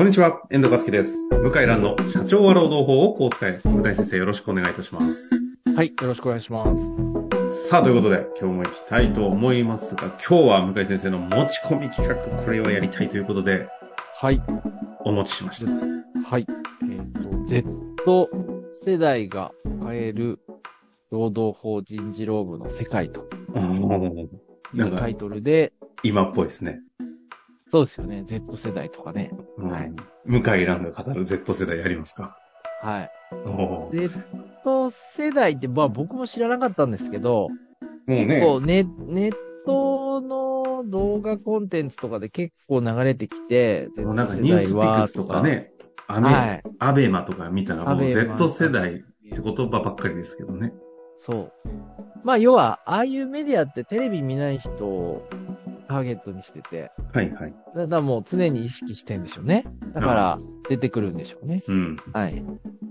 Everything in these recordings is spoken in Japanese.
こんにちは、遠藤和樹です。向井蘭の社長は労働法をこう使え。向井先生よろしくお願いいたします。 はい、よろしくお願いします。 さあ、ということで今日も行きたいと思いますが、今日は向井先生の持ち込み企画、これをやりたいということで、 はい。 お持ちしました。 はい。Z 世代が変える労働法人事労務の世界というタイトルで、 今っぽいですね。 そうですよね。Z 世代とかね。 はい。向井蘭が語る Z 世代やりますか？ はい。Z 世代って、まあ僕も知らなかったんですけど、 もうね、 結構ネットの動画コンテンツとかで結構流れてきて、 Z 世代は。なんか世ニュースピッ代クスとかね、 はい。 アベマとか見たらもう Z 世代って言葉ばっかりですけどね。 そう。まあ要は、ああいうメディアってテレビ見ない人をターゲットにしてて。 はいはい。 だからもう常に意識してんでしょうね。だから出てくるんでしょうね。 うん。 はい。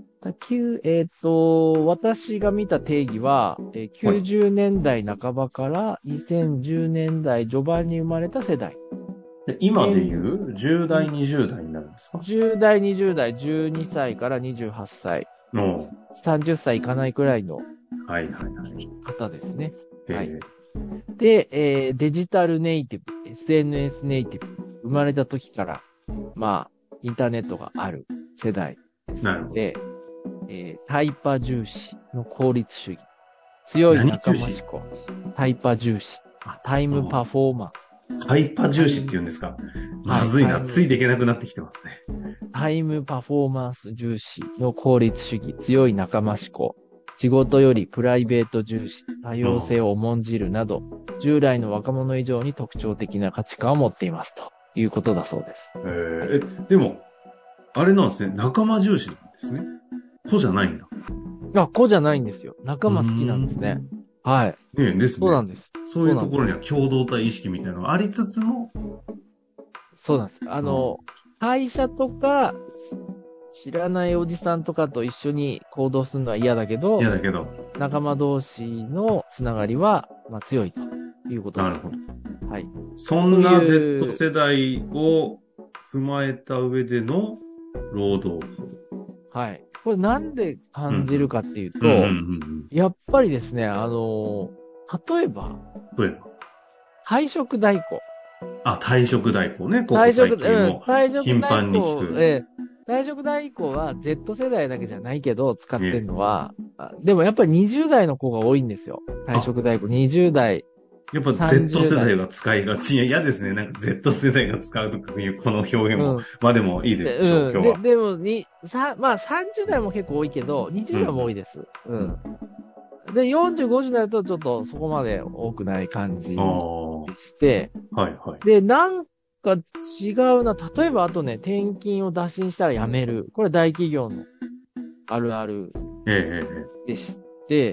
私が見た定義は、90年代半ばから2010年代序盤に生まれた世代。 今でいう10代、20代になるんですか？ 10代、20代、12歳から28歳。30歳いかないくらいの方ですね。はい。で、デジタルネイティブ、SNS ネイティブ、生まれた時から、まあ、インターネットがある世代ですので、タイパ重視の効率主義、強い仲間志向、タイパ重視、タイムパフォーマンス。 タイパ重視って言うんですか？まずいな、ついていけなくなってきてますね。 タイムパフォーマンス重視の効率主義、強い仲間志向、仕事よりプライベート重視、多様性を重んじるなど、従来の若者以上に特徴的な価値観を持っていますということだそうです。 でも、あれなんですね、仲間重視なんですね。子じゃないんだ。 子じゃないんですよ。仲間好きなんですね。はい。 ねですね。 そうなんです。 そういうところには共同体意識みたいなのがありつつも。 そうなんです。会社とか、知らないおじさんとかと一緒に行動するのは嫌だけど、仲間同士のつながりは、まあ、強いということです。 なるほど。 はい。 そんな Z 世代を踏まえた上での労働法。 はい。これなんで感じるかっていうと、やっぱりですね、例えば、退職代行。 退職代行ね。ここ最近も頻繁に聞く。 退職代行は Z 世代だけじゃないけど使ってるのは、でもやっぱり20代の子が多いんですよ。退職代行。20代。 やっぱ Z 世代が使いがち。嫌ですね。なんか Z 世代が使うとかいうこの表現も。まあでもいいでしょう、今日は。 でもまあ30代も結構多いけど、20代も多いです。で、40、50になるとちょっとそこまで多くない感じでして。で、なんか違うな。例えばあとね、転勤を打診したら辞める。これ大企業のあるあるでして、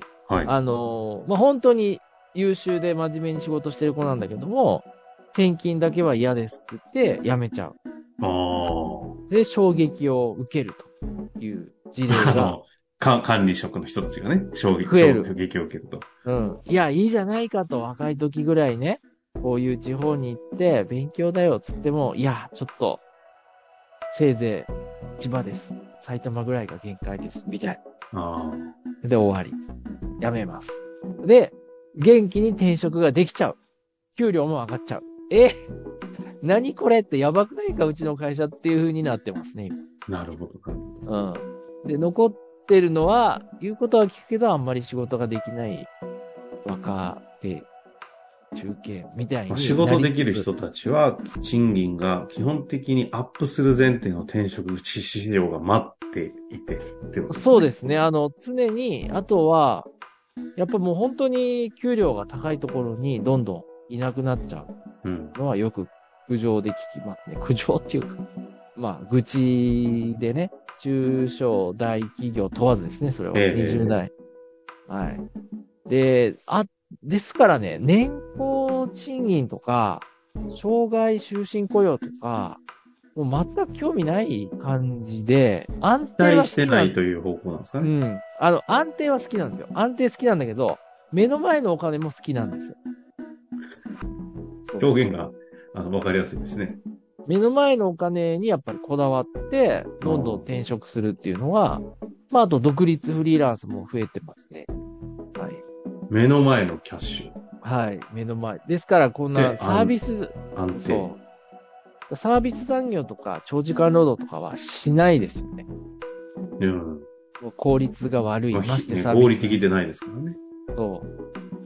まあ本当に優秀で真面目に仕事してる子なんだけども、転勤だけは嫌ですって言って辞めちゃう。で、衝撃を受けるという事例が。 管理職の人たちがね、衝撃を受けると。 いや、いいじゃないかと、若い時ぐらいね、こういう地方に行って勉強だよつっても、いや、ちょっと、せいぜい千葉です。埼玉ぐらいが限界です。みたいな。で、終わり。やめます。で、元気に転職ができちゃう。給料も上がっちゃう。何これってやばくないかうちの会社っていう風になってますね、 今。なるほど。 で、残ってるのは、言うことは聞くけど、あんまり仕事ができない若手、中堅みたいに。 仕事できる人たちは、賃金が基本的にアップする前提の転職市場が待っていて、 そうですね。常に、あとは、やっぱもう本当に給料が高いところにどんどんいなくなっちゃうのはよく苦情で聞きますね。苦情っていうか、まあ、愚痴でね、中小大企業問わずですね、それは。20代。はい。ですからね、年功賃金とか、生涯終身雇用とか、もう全く興味ない感じで、安定はしてないという方向なんですかね。 安定は好きなんですよ。安定好きなんだけど、目の前のお金も好きなんですよ。 表現が、わかりやすいですね。 目の前のお金にやっぱりこだわって、どんどん転職するっていうのは、まあ、あと独立フリーランスも増えてますね。はい。 目の前のキャッシュ。 はい、目の前。ですから、こんなサービス、 安定。 そう。サービス産業とか長時間労働とかはしないですよね。 うん。 効率が悪い。ましてサービス。合理的でないですからね。 そう。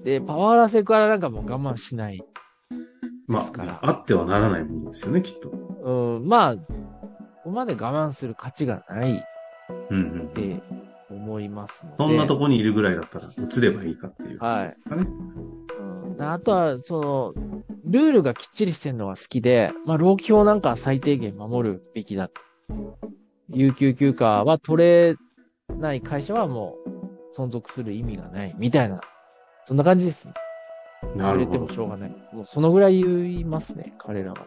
で、パワーラセクハラなんかも我慢しない。 まあ、あってはならないものですよね、きっと。 まあ、ここまで我慢する価値がないって思いますので。 そんなとこにいるぐらいだったら移ればいいかっていう、ね。 はい。あとは、ルールがきっちりしてるのが好きで、まあ、労基法なんかは最低限守るべきだと。有給休暇は取れない会社はもう存続する意味がないみたいな、そんな感じですね。なるほど。売れてもしょうがない。もうそのぐらい言いますね、彼らは。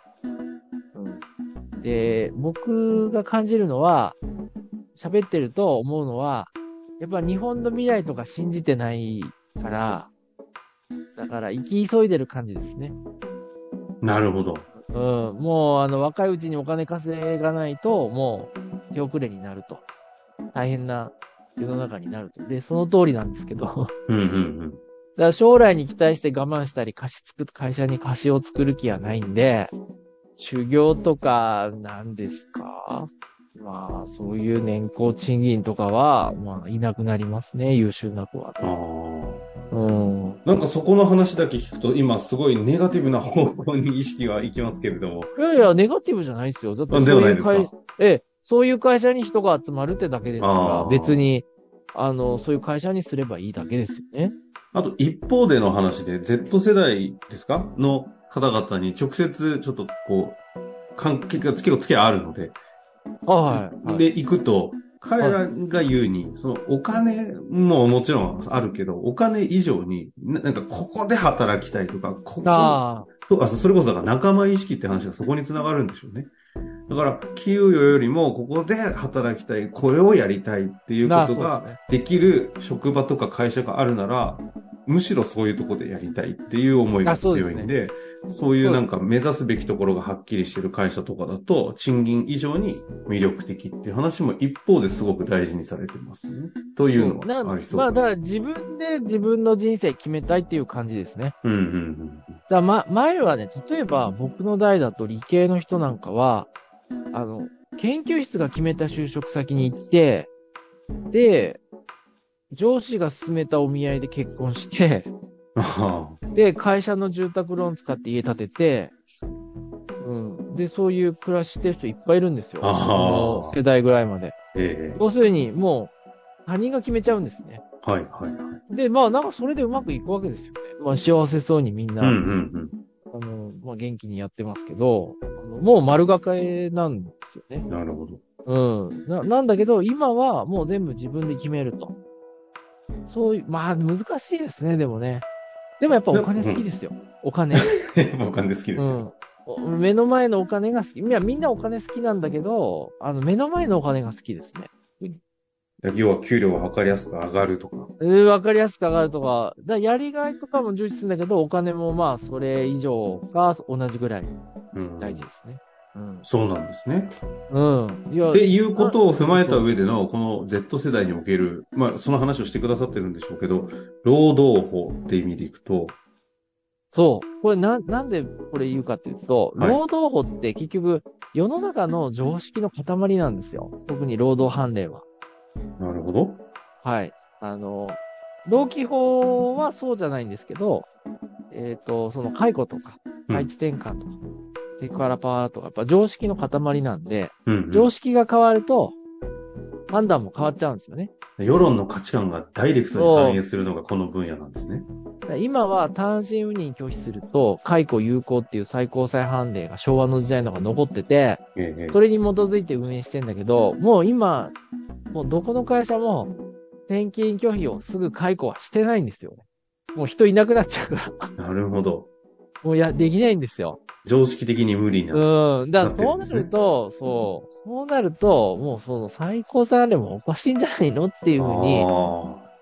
で、僕が感じるのは、喋ってると思うのは、やっぱ日本の未来とか信じてないから、だから生き急いでる感じですね。 なるほど。 もう若いうちにお金稼がないと、もう手遅れになると。大変な世の中になると。で、その通りなんですけど。だから将来に期待して我慢したり、会社に貸しを作る気はないんで、修行とか、何ですか？まあ、そういう年功賃金とかは、まあ、いなくなりますね、優秀な子は。 なんかそこの話だけ聞くと、今すごいネガティブな方向に意識がいきますけれども。 いやいや、ネガティブじゃないですよ。だってそういう会、そういう会社に人が集まるってだけですから、別に、そういう会社にすればいいだけですよね。 あと、一方での話で、Z 世代ですかの方々に直接、ちょっとこう、関係が結構付き合いあるので、 はい。 で、行くと、彼らが言うに、そのお金ももちろんあるけど、お金以上に、なんかここで働きたいとか、ここ、それこそだから仲間意識って話がそこに繋がるんでしょうね。だから、給与よりもここで働きたい、これをやりたいっていうことができる職場とか会社があるなら、むしろそういうところでやりたいっていう思いが強いんで、そういうなんか目指すべきところがはっきりしてる会社とかだと、賃金以上に魅力的っていう話も一方ですごく大事にされてますよね。というのはありそう。 まあ、だから自分で自分の人生決めたいっていう感じですね。だ前はね、例えば僕の代だと理系の人なんかは、研究室が決めた就職先に行って、で、上司が勧めたお見合いで結婚して、で、会社の住宅ローン使って家建てて、で、そういう暮らししてる人いっぱいいるんですよ。世代ぐらいまで。要するに、もう、他人が決めちゃうんですね。で、まあ、なんかそれでうまくいくわけですよね。まあ、幸せそうにみんな、まあ、元気にやってますけど、もう丸がかえなんですよね。 なるほど。 なんだけど、今はもう全部自分で決めると。そういう、まあ、難しいですね、でもね。でもやっぱお金好きですよ。お金。 お金好きですよ。 目の前のお金が好き。いや、みんなお金好きなんだけど、目の前のお金が好きですね。 要は給料が分かりやすく上がるとか。 分かりやすく上がるとか。やりがいとかも重視するんだけど、お金もまあ、それ以上か同じぐらい大事ですね。 そうなんですね。 っていうことを踏まえた上での、この Z 世代における、まあ、その話をしてくださってるんでしょうけど、労働法って意味でいくと、 そう。これなんでこれ言うかっていうと、労働法って結局、世の中の常識の塊なんですよ。特に労働判例は。 なるほど。 はい。労基法はそうじゃないんですけど、その解雇とか、配置転換とか、セクハラパワーとか、やっぱ常識の塊なんで、常識が変わると、判断も変わっちゃうんですよね。 世論の価値観がダイレクトに反映するのがこの分野なんですね。 今は単身赴任拒否すると、解雇有効っていう最高裁判例が昭和の時代のが残ってて、それに基づいて運営してんだけど、もう今、もうどこの会社も転勤拒否をすぐ解雇はしてないんですよね。もう人いなくなっちゃうから。 なるほど。 もうできないんですよ。 常識的に無理な。 だからそうなると、そうなると、もうその最高裁でもおかしいんじゃないのっていうふうに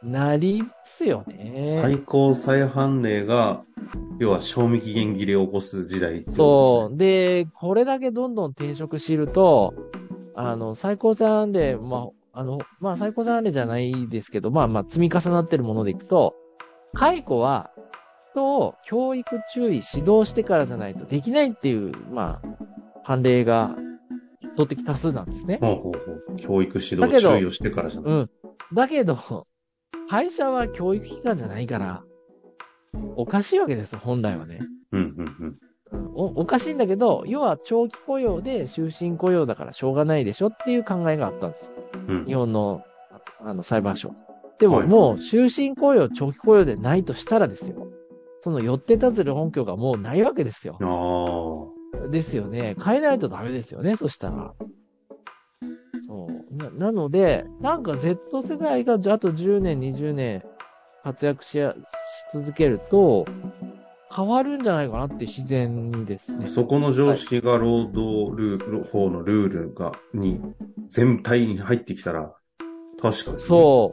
なりますよね。 最高裁判例が、要は賞味期限切れを起こす時代ってことですね。 そう。で、これだけどんどん転職しると、最高裁判例、最高裁判例じゃないですけど、積み重なってるものでいくと、解雇は、人を教育注意、指導してからじゃないとできないっていう、判例が圧倒的多数なんですね。 教育指導注意をしてからじゃない。 だけど、会社は教育機関じゃないから、おかしいわけですよ、本来はね。おかしいんだけど、要は長期雇用で終身雇用だからしょうがないでしょっていう考えがあったんですよ。日本の、裁判所。でももう終身雇用、長期雇用でないとしたらですよ。その寄って立つる本拠がもうないわけですよ。ですよね。変えないとダメですよね、そしたら。そう。なので、なんか Z 世代があと10年、20年活躍し続けると、変わるんじゃないかなって自然にですね。 そこの常識が労働法のルールに全体に入ってきたら、確かに、ね。 そう。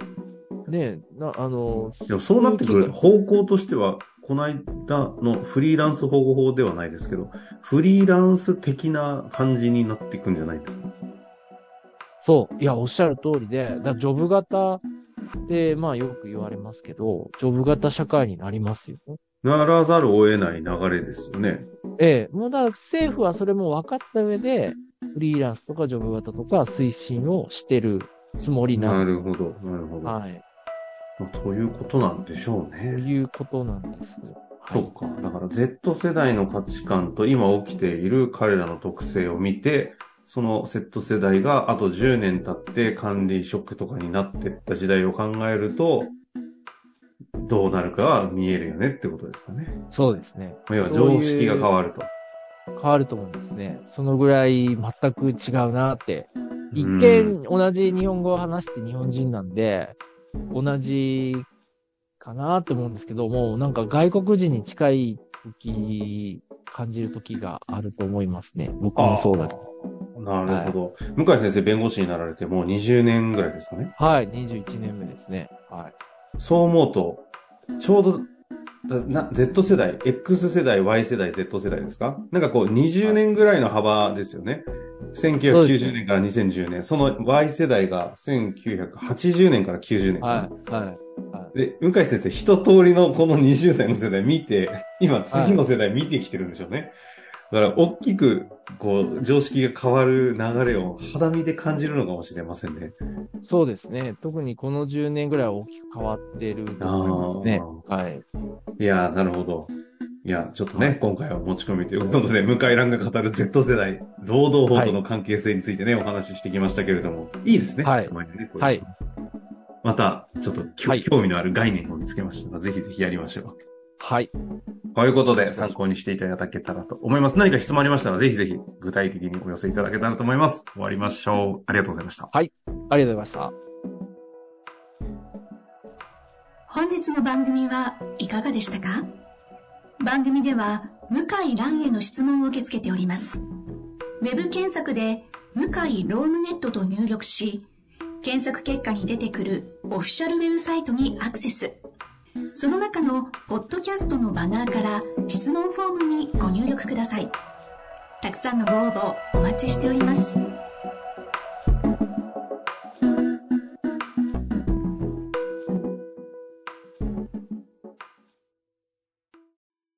ねでもそうなってくると方向としては、この間のフリーランス保護法ではないですけど、フリーランス的な感じになっていくんじゃないですか。 そう。いや、おっしゃる通りで、ジョブ型で、よく言われますけど、ジョブ型社会になりますよ。 ならざるを得ない流れですよね。 もうだから政府はそれも分かった上で、フリーランスとかジョブ型とか推進をしてるつもりなんです。 なるほど、なるほど。 はい。 そういうことなんでしょうね。 そういうことなんです。 そうか。だから Z 世代の価値観と今起きている彼らの特性を見て、その Z 世代があと10年経って管理職とかになっていった時代を考えると、どうなるかは見えるよねってことですかね。 そうですね。 要は常識が変わると。 変わると思うんですね。そのぐらい全く違うなって。一見同じ日本語を話して日本人なんで、同じかなって思うんですけども、なんか外国人に近い感じる時があると思いますね。僕もそうだけど。 なるほど。向井先生弁護士になられてもう20年ぐらいですかね。 はい、21年目ですね。はい。 そう思うと、ちょうど、Z 世代、X 世代、Y 世代、Z 世代ですか？なんかこう20年ぐらいの幅ですよね。1990年から2010年。その Y 世代が1980年から90年。 はい。はい。 で、向井先生、一通りのこの20歳の世代見て、今次の世代見てきてるんでしょうね。だから、大きく、常識が変わる流れを肌身で感じるのかもしれませんね。 そうですね。特にこの10年ぐらいは大きく変わってると思いますね。はい。 いやー、なるほど。いや、ちょっとね、今回は持ち込みということで、向井蘭が語る Z 世代、労働法との関係性についてね、お話ししてきましたけれども、いいですね。 はい。はい。 また、ちょっと、興味のある概念を見つけましたら、ぜひぜひやりましょう。 はい。 ということで、参考にしていただけたらと思います。何か質問ありましたら、ぜひぜひ具体的にお寄せいただけたらと思います。終わりましょう。ありがとうございました。 はい。ありがとうございました。 本日の番組はいかがでしたか？番組では、向井蘭への質問を受け付けております。ウェブ検索で、向井ロームネットと入力し、検索結果に出てくるオフィシャルウェブサイトにアクセス。その中のポッドキャストのバナーから質問フォームにご入力ください。たくさんのご応募お待ちしております。